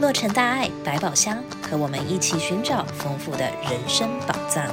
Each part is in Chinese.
洛城大爱百宝箱，和我们一起寻找丰富的人生宝藏。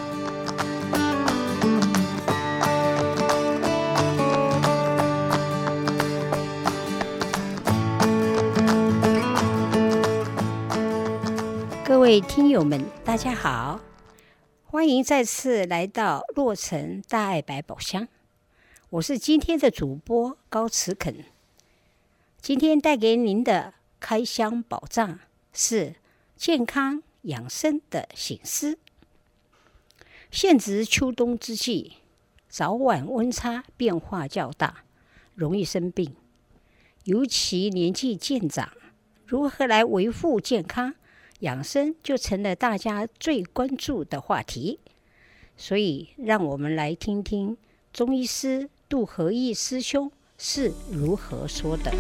各位听友们，大家好，欢迎再次来到洛城大爱百宝箱。我是今天的主播高慈肯。今天带给您的开箱宝藏是健康养生的醒思。现值秋冬之际，早晚温差变化较大，容易生病。尤其年纪渐长，如何来维护健康养生就成了大家最关注的话题。所以让我们来听听中医师杜和义师兄是如何说的。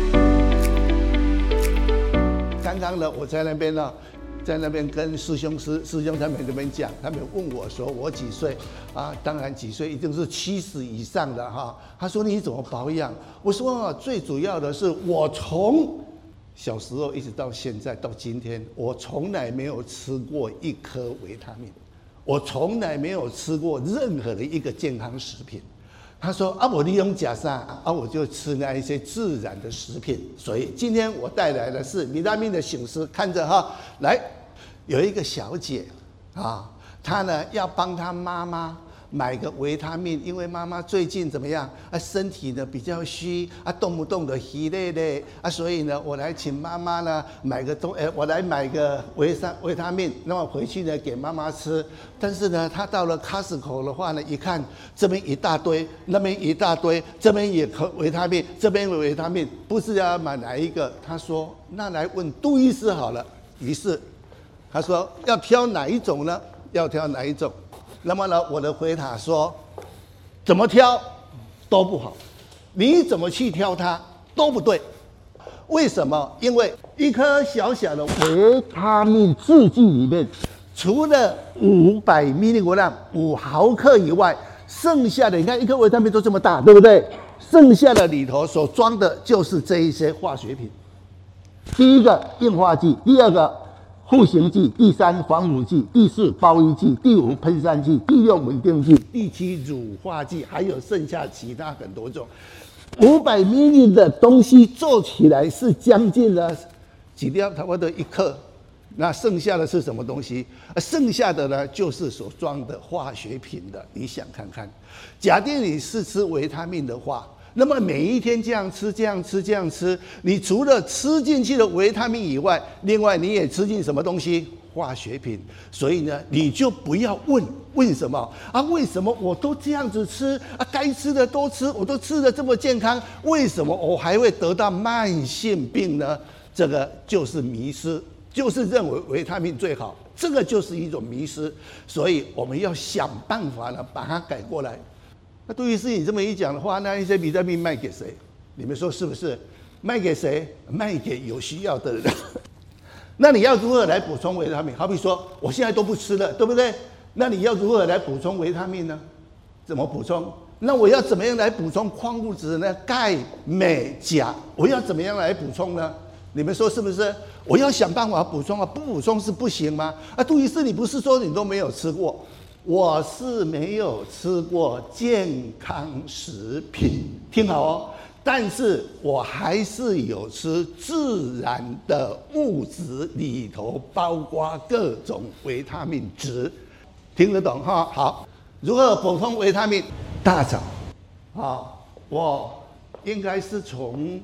刚刚呢，我在那边呢，在那边跟师兄他们那边讲，他们问我说我几岁啊？当然几岁一定是70以上的哈。他说你怎么保养？我说最主要的是我从小时候一直到现在到今天，我从来没有吃过一颗维他命，我从来没有吃过任何的一个健康食品。他说啊，我利用假啥啊，我就吃那一些自然的食品。所以今天我带来的是维他命的醒思，看着哈，来有一个小姐啊，她呢要帮她妈妈买个维他命，因为妈妈最近怎么样啊？身体呢比较虚啊，动不动的疲累累啊，所以呢，我来请妈妈呢买个我来买个维他命，那么回去呢给妈妈吃。但是呢，她到了 Costco 的话呢，一看这边一大堆，那边一大堆，这边也维他命，这边有维他命，不知道要买哪一个。她说那来问杜医师好了。于是她说要挑哪一种呢？要挑哪一种？那么呢，我的回答说，怎么挑都不好，你怎么去挑它都不对。为什么？因为一颗小小的维他命制剂里面，除了500 mg 5毫克以外，剩下的你看一颗维他命都这么大，对不对？剩下的里头所装的就是这一些化学品。第一个硬化剂，第二个护形剂，第3防腐剂，第4包衣剂，第5喷散剂，第6稳定剂，第7乳化剂，还有剩下其他很多种。500 ml 的东西做起来是将近了几粒，差不多1克。那剩下的是什么东西？剩下的呢，就是所装的化学品的。你想看看，假定你是吃维他命的话，那么每一天这样吃，你除了吃进去的维他命以外，另外你也吃进什么东西？化学品。所以呢，你就不要问什么啊？为什么我都这样子吃啊？该吃的都吃，我都吃得这么健康，为什么我还会得到慢性病呢？这个就是迷失，就是认为维他命最好，这个就是一种迷失。所以我们要想办法呢，把它改过来。那杜医师，你这么一讲的话，那一些维他命卖给谁？你们说是不是？卖给谁？卖给有需要的人。那你要如何来补充维他命？好比说，我现在都不吃了，对不对？那你要如何来补充维他命呢？怎么补充？那我要怎么样来补充矿物质呢？钙、镁、钾，我要怎么样来补充呢？你们说是不是？我要想办法补充啊，不补充是不行吗？啊，杜医师，你不是说你都没有吃过？我是没有吃过健康食品，听好哦。但是我还是有吃自然的物质，里头包括各种维他命质，听得懂哈？好，如何补充维他命？大枣啊，我应该是从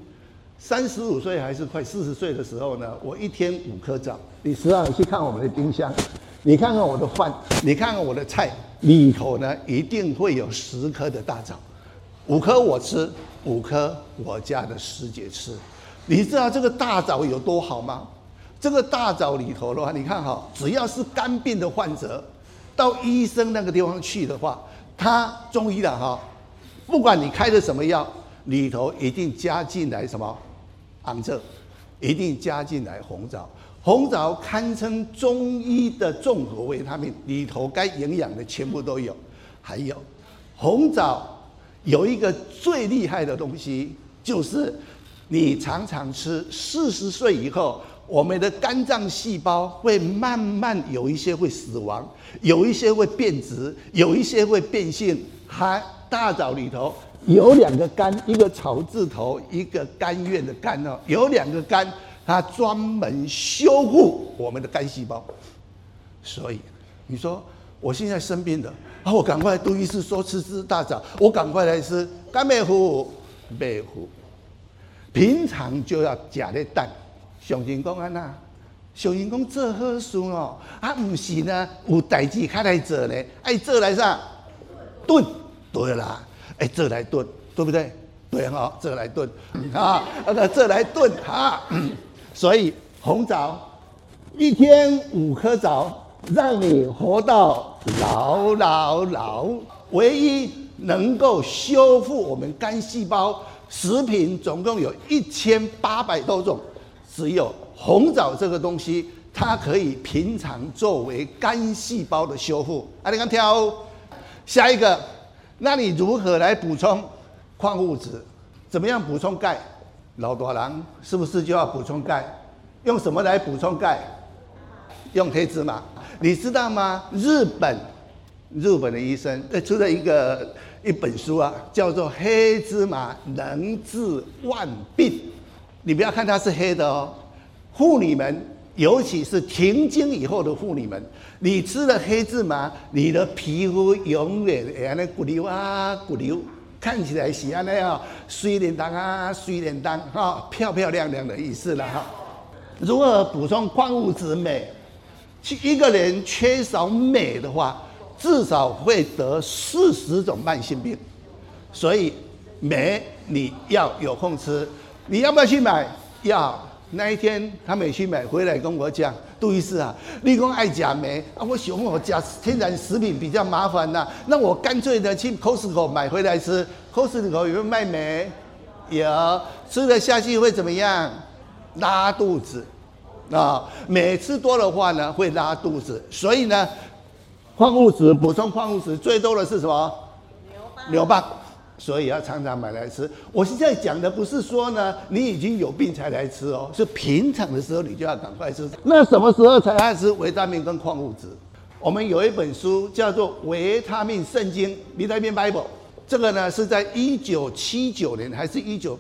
35岁还是快40岁的时候呢，我一天5颗枣。你实际上去看我们的冰箱，你看看我的饭，你看看我的菜，里头呢一定会有10颗的大枣，5颗我吃，5颗我家的师姐吃。你知道这个大枣有多好吗？这个大枣里头的话，你看哈，只要是肝病的患者，到医生那个地方去的话，他中医的哈，不管你开的什么药，里头一定加进来什么昂蔗，一定加进来红枣。红枣堪称中医的综合维他命，里头该营养的全部都有。还有红枣有一个最厉害的东西，就是你常常吃，40岁以后我们的肝脏细胞会慢慢有一些会死亡，有一些会变质，有一些会变性。还大枣里头有2个肝，一个草字头，一个甘愿的甘哦，有2个肝，它专门修复我们的肝细胞。所以你说我现在生病了啊，我赶快杜医师说吃大枣，我赶快来吃，甘袂糊，袂糊。平常就要吃咧蛋。上人讲安那，上人讲做好事哦，啊，唔是呢，有代志较来做呢，爱做来啥？炖，对啦，哎，做来炖，对不对？对哈、哦，做来炖啊，做来炖啊。所以红枣1天5颗枣，让你活到老。唯一能够修复我们肝细胞食品，总共有1800多种。只有红枣这个东西，它可以平常作为肝细胞的修复。你看跳，下一个，那你如何来补充矿物质？怎么样补充钙？老大人是不是就要补充钙？用什么来补充钙？用黑芝麻。你知道吗？日本的医生出了一本书啊，叫做《黑芝麻能治万病》。你不要看它是黑的哦，妇女们，尤其是停经以后的妇女们，你吃了黑芝麻，你的皮肤永远会安尼骨溜啊骨溜，看起来是安尼啊，水脸蛋啊水脸蛋哈，漂漂亮亮的意思了哈。如何补充矿物质镁？一个人缺少镁的话，至少会得40种慢性病，所以镁你要有空吃。你要不要去买？要。那一天他没去买，回来跟我讲，杜医师啊，你讲爱吃镁啊，我想我吃天然食品比较麻烦呐，那我干脆呢去 Costco 买回来吃。Costco 有没有卖镁？有，吃了下去会怎么样？拉肚子啊，镁吃多的话呢会拉肚子，所以呢，矿物质补充矿物质最多的是什么？牛蒡。所以要常常买来吃。我现在讲的不是说呢，你已经有病才来吃哦，是平常的时候你就要赶快吃。那什么时候才开始吃维他命跟矿物质？我们有一本书叫做《维他命圣经》（Vitamin Bible）， 这个呢是在1979年还是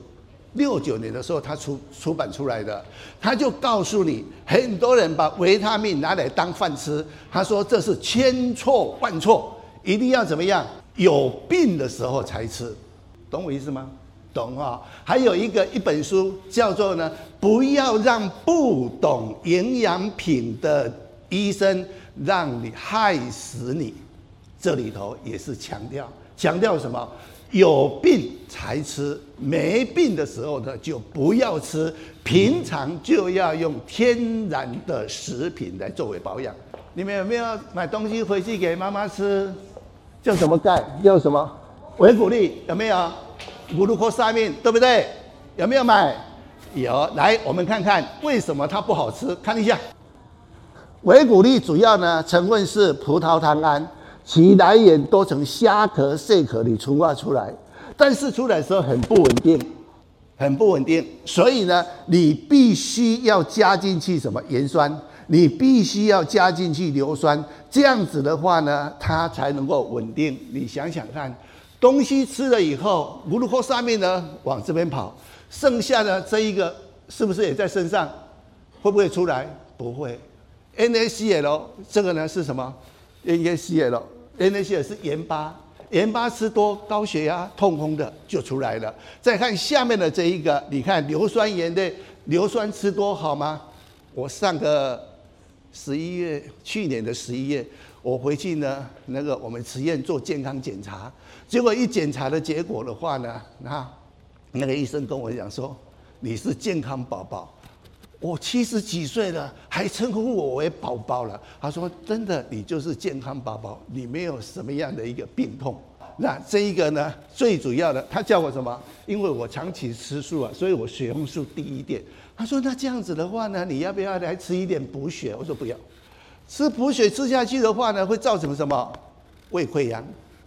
1969年的时候，它出版出来的。他就告诉你，很多人把维他命拿来当饭吃，他说这是千错万错，一定要怎么样？有病的时候才吃，懂我意思吗？懂啊、哦。还有一本书叫做呢，不要让不懂营养品的医生让你害死你。这里头也是强调什么？有病才吃，没病的时候呢就不要吃。平常就要用天然的食品来作为保养。你们有没有买东西回去给妈妈吃？叫什么钙？叫什么维骨力？有没有？glucosamine，对不对？有没有买？有。来，我们看看为什么它不好吃。看一下，维骨力主要呢成分是葡萄糖胺，其来源都从虾壳、蟹壳里纯化出来，但是出来的时候很不稳定，所以呢，你必须要加进去什么盐酸。你必须要加进去硫酸，这样子的话呢，它才能够稳定。你想想看，东西吃了以后，glucosamine呢往这边跑，剩下的这一个是不是也在身上？会不会出来？不会。NaCl 这个呢是什么 ？NaCl 是盐巴，盐巴吃多，高血压、痛风的就出来了。再看下面的这一个，你看硫酸盐的硫酸吃多好吗？我上个去年的11月，我回去呢，我们实验做健康检查，结果一检查的结果的话呢，那个医生跟我讲说，你是健康宝宝，我70几岁了，还称呼我为宝宝了。他说真的，你就是健康宝宝，你没有什么样的一个病痛。那这一个呢，最主要的，他叫我什么？因为我长期吃素啊，所以我血红素低一点。他说那这样子的话呢，你要不要来吃一点补血？我说不要，吃补血吃下去的话呢，会造成什么？胃溃疡。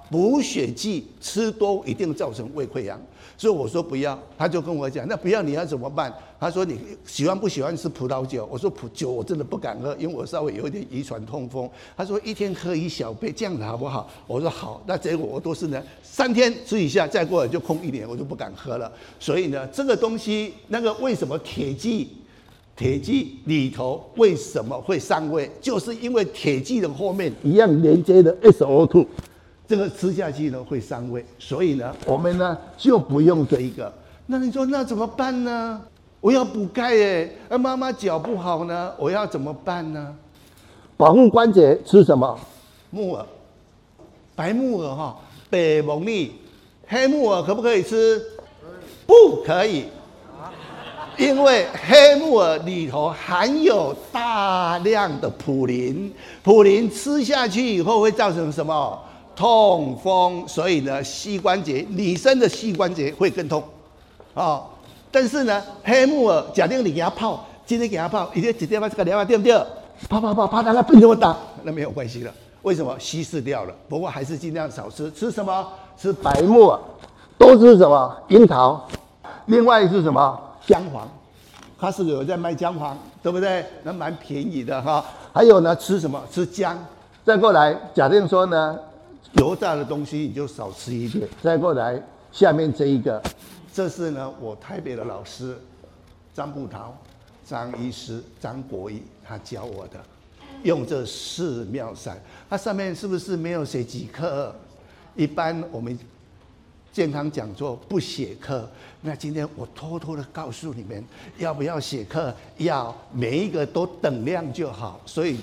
补血剂吃多一定造成胃溃疡，所以我说不要。他就跟我讲，那不要你要怎么办？他说你喜欢不喜欢吃葡萄酒？我说酒我真的不敢喝，因为我稍微有一点遗传痛风。他说一天喝1小杯，这样子好不好？我说好。那结果我都是呢3天吃一下，再过来就空1年，我就不敢喝了。所以呢，这个东西那个为什么铁剂里头为什么会伤胃？就是因为铁剂的后面一样连接的 SO2， 这个吃下去呢会伤胃，所以呢我们呢就不用这一个。那你说那怎么办呢？我要补钙耶，妈妈脚不好呢，我要怎么办呢？保护关节吃什么？木耳，白木耳哈，白木耳，黑木耳可不可以吃？不可以。因为黑木耳里头含有大量的普林，普林吃下去以后会造成什么？痛风，所以呢，膝关节，女生的膝关节会更痛，但是呢，黑木耳，假定你给它泡，今天给它泡，一天直接把这个料对不对？泡，它那变这么大，那没有关系了。为什么？稀释掉了。不过还是尽量少吃。吃什么？吃白木耳，都吃什么？樱桃。另外是什么？姜黄，它是有在卖姜黄，对不对？那蛮便宜的哈。还有呢，吃什么？吃姜。再过来，假定说呢，油炸的东西你就少吃一点。再过来，下面这一个，这是呢我台北的老师张步桃、张医师、张国义他教我的，用这4妙散。它上面是不是没有写几克？一般我们健康讲座不写克，那今天我偷偷的告诉你们，要不要写克？要，每一个都等量就好，所以就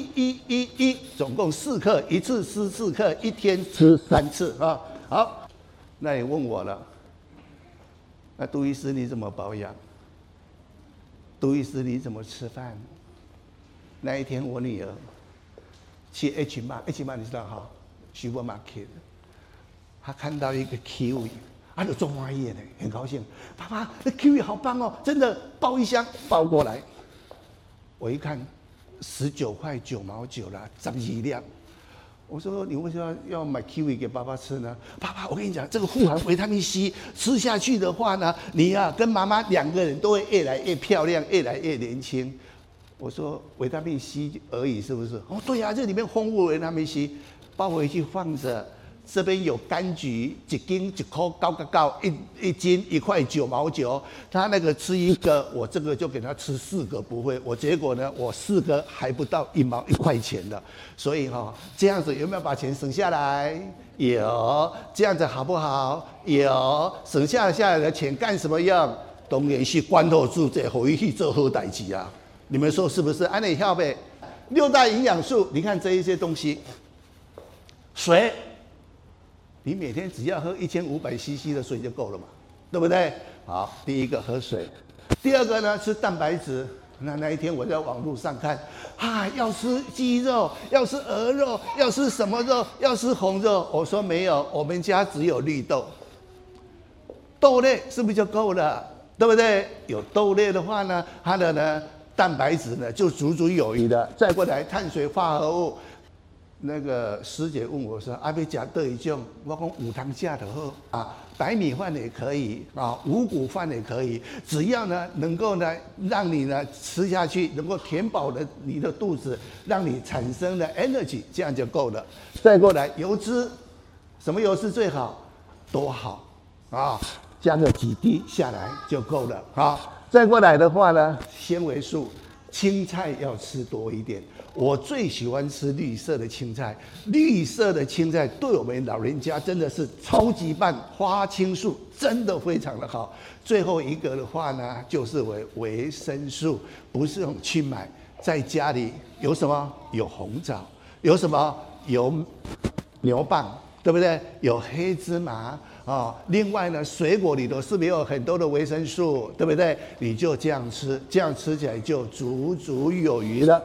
1，总共4克，一次吃4克，一天吃3次啊。好，那你问我了，那杜医师你怎么保养？杜医师你怎么吃饭？那一天我女儿去 H Mart 你知道哈 ，Supermarket。他看到一个 kiwi， 他就中华叶呢，很高兴。爸爸，那 kiwi 好棒哦，真的抱一箱抱过来。我一看，19块9毛9啦，12两。我说你为什么要买 kiwi 给爸爸吃呢？爸爸，我跟你讲，这个富含维他命 C， 吃下去的话呢，你啊跟妈妈2个人都会越来越漂亮，越来越年轻。我说维他命 C 而已，是不是？哦，对啊，这里面丰富维他命 C， 抱回去放着。这边有柑橘，1斤1块高，一斤1块9毛9。他那个吃1个，我这个就给他吃4个，不会。我结果呢，我4个还不到1块钱的。所以这样子有没有把钱省下来？有。这样子好不好？有。省下来的钱干什么用？当然是关头住这回去做好代志啊！你们说是不是？按你跳呗。6大营养素，你看这一些东西，水。你每天只要喝1500cc 的水就够了嘛，对不对？好，第一个喝水，第二个呢吃蛋白质。那一天我在网络上看，要吃鸡肉，要吃鹅肉，要吃什么肉，要吃红肉。我说没有，我们家只有绿豆，豆类是不是就够了？对不对？有豆类的话呢，它的呢蛋白质呢就足足有余的。再过来碳水化合物。那个师姐问我说：“要吃哪一种？”我讲有汤吃就好啊，白米饭也可以啊，五谷饭也可以，只要呢能够呢让你呢吃下去，能够填饱了你的肚子，让你产生的 energy， 这样就够了。再过来油脂，什么油脂最好？多好啊，加个几滴下来就够了啊。再过来的话呢，纤维素，青菜要吃多一点。我最喜欢吃绿色的青菜，绿色的青菜对我们老人家真的是超级棒，花青素真的非常的好。最后一个的话呢，就是维生素，不是用去买，在家里有什么？有红枣，有什么？有牛蒡，对不对？有黑芝麻另外呢，水果里头是不是有很多的维生素，对不对？你就这样吃，这样吃起来就足足有余了。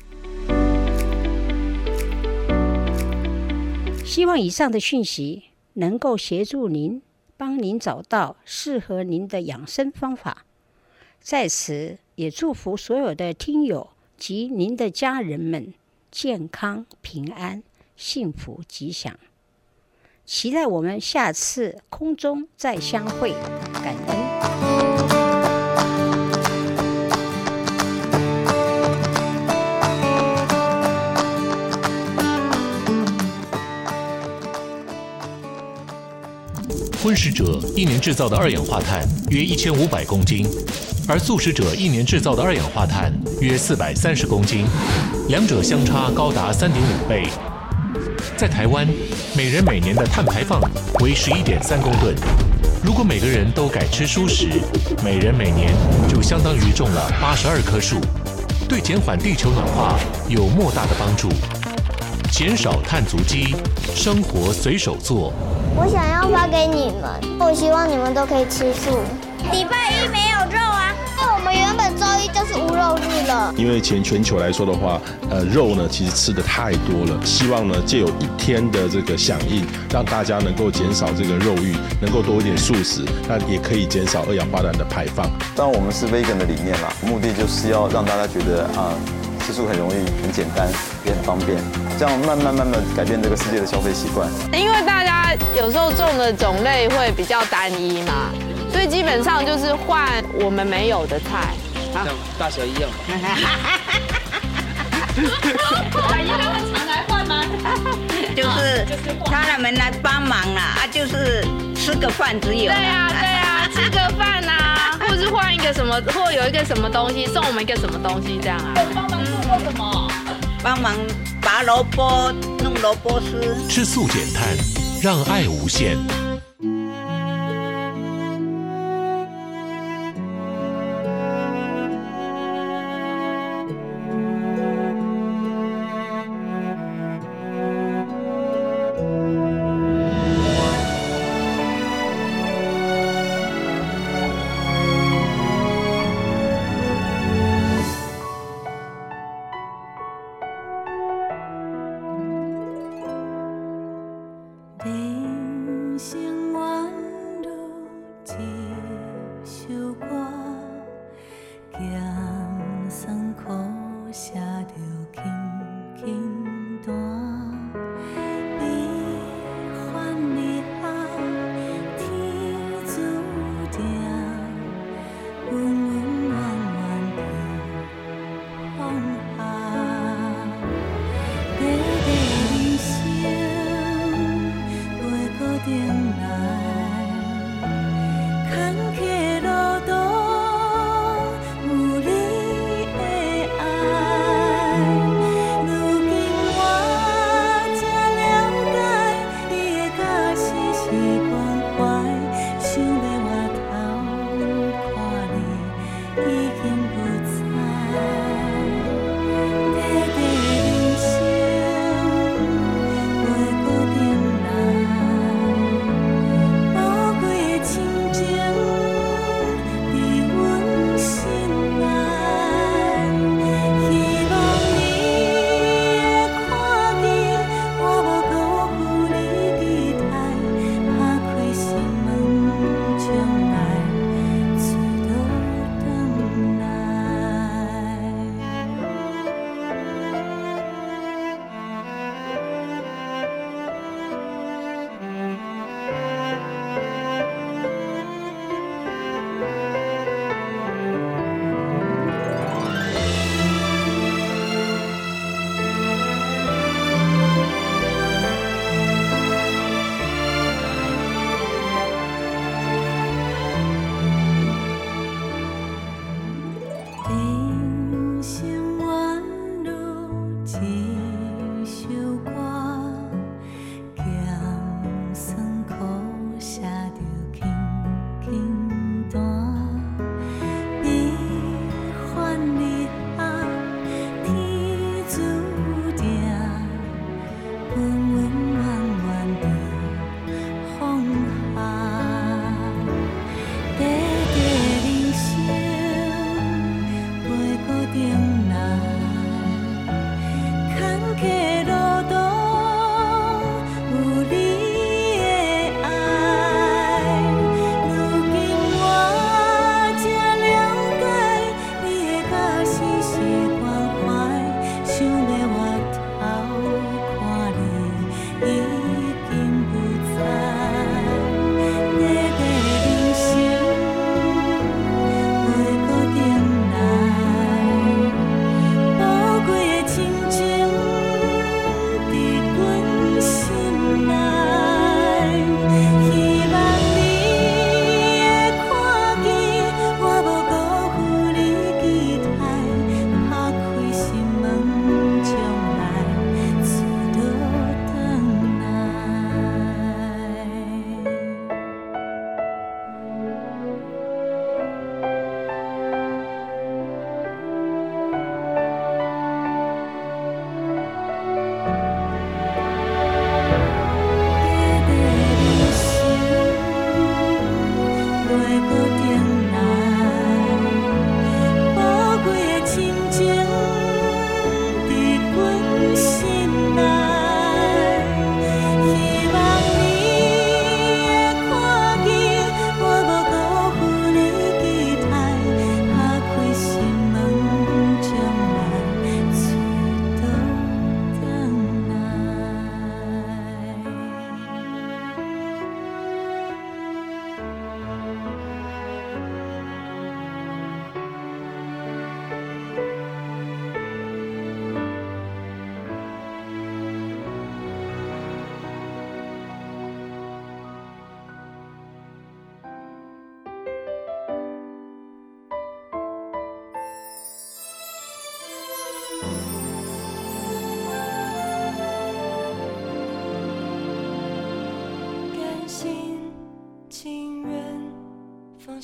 希望以上的讯息能够协助您，帮您找到适合您的养生方法。在此也祝福所有的听友及您的家人们健康平安、幸福吉祥。 期待我们下次空中再相会，感恩。 荤食者一年制造的二氧化碳约1500公斤，而素食者一年制造的二氧化碳约430公斤，两者相差高达3.5倍。在台湾，每人每年的碳排放为11.3公吨。如果每个人都改吃蔬食，每人每年就相当于种了82棵树，对减缓地球暖化有莫大的帮助。减少碳足迹，生活随手做。 我想要发给你们，我希望你们都可以吃素。礼拜一没有肉啊，那我们原本周一就是无肉日了。 因为全球来说的话，肉呢其实吃的太多了，希望呢借有一天的这个响应，让大家能够减少这个肉欲，能够多一点素食，那也可以减少二氧化碳的排放。 当然我们是 vegan 的理念啦，目的就是要让大家觉得吃素很容易、很简单，也很方便，这样慢慢改变这个世界的消费习惯。 因为大家有时候种的种类会比较单一嘛，所以基本上就是换我们没有的菜， 像大小一样嘛。 阿姨他们常来换吗？ 就是他们来帮忙啦，就是吃个饭只有。 对啊，吃个饭啊，或是换一个什么，或有一个什么东西送我们一个什么东西这样啊。 帮忙做什么？ 帮忙拔萝卜，弄萝卜丝。 吃素减碳，让爱无限。 人生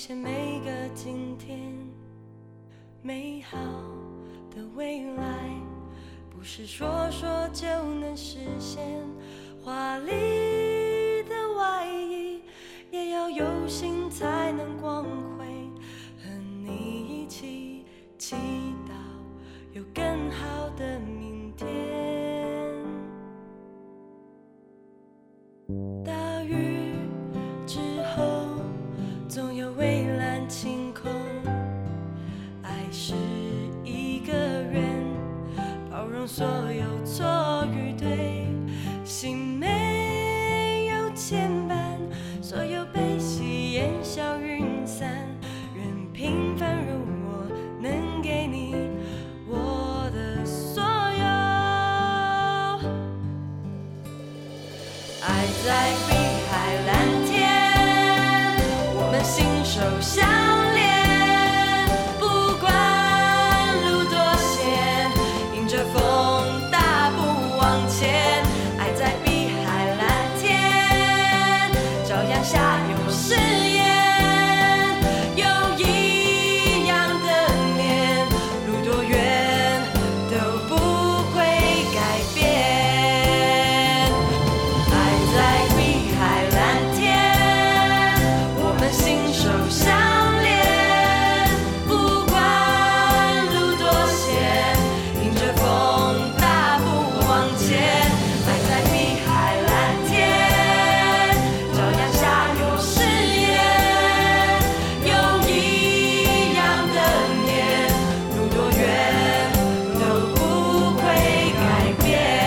现每个今天。美好的未来不是说说就能实现，华丽的外衣也要有心才能光辉。和你一起祈祷有更好的明天。大雨之后总有蔚蓝晴空，爱是一个人包容所有错与对，心没有牵绊，所有悲喜烟消云散，任平凡如我能给你我的所有。爱在碧海蓝天，我们心手相连，不管路多险，迎着风大步往前。爱在碧海蓝天，朝阳下有誓言，有一样的念，路多远都不会改变。爱在碧海蓝天，我们心手相连，不管路多险，迎着风大步往前。爱在碧海蓝天，朝阳下有誓言，有一样的念，路多远都不会改变。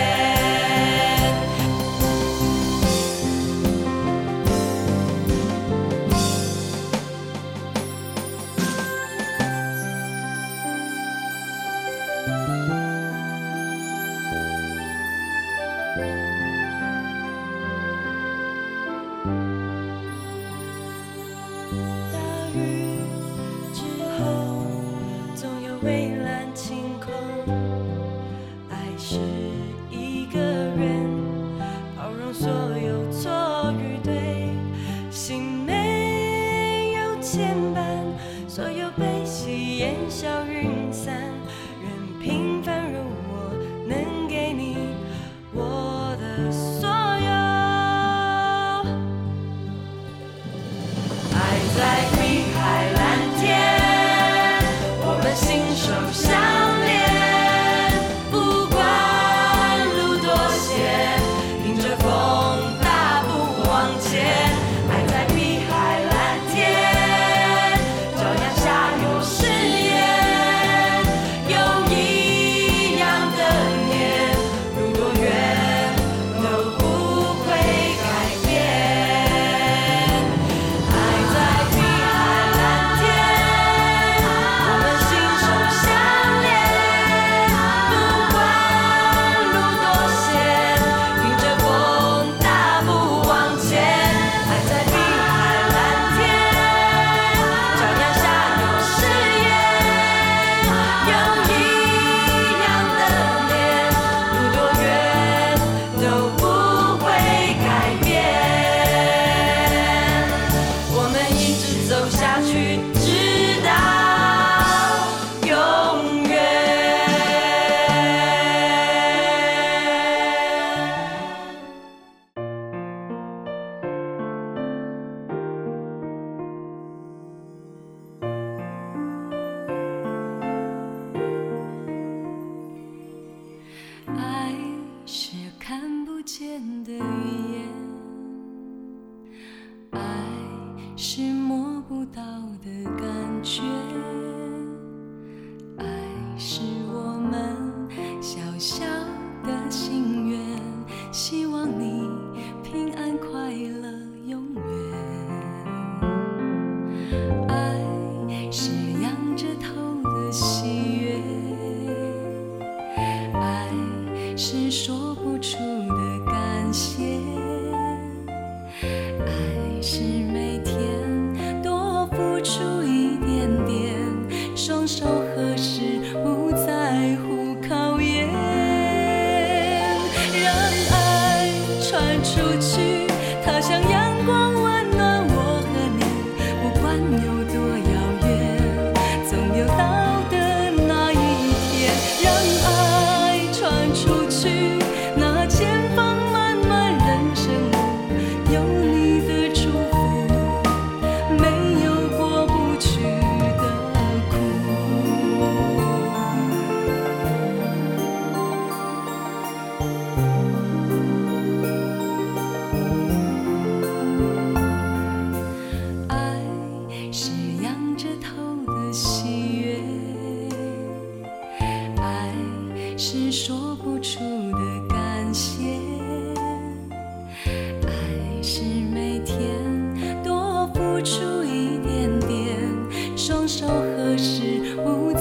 大雨之后总有蔚蓝晴空，爱是一个人包容所有错与对，心没有牵绊，所有悲喜烟消云散，任平凡如我能给你我的所有。爱在碧海蓝天，我们心手相连，不管路多险，迎着风大步往前。爱在碧海蓝天，朝阳下有誓言， 双手合十，无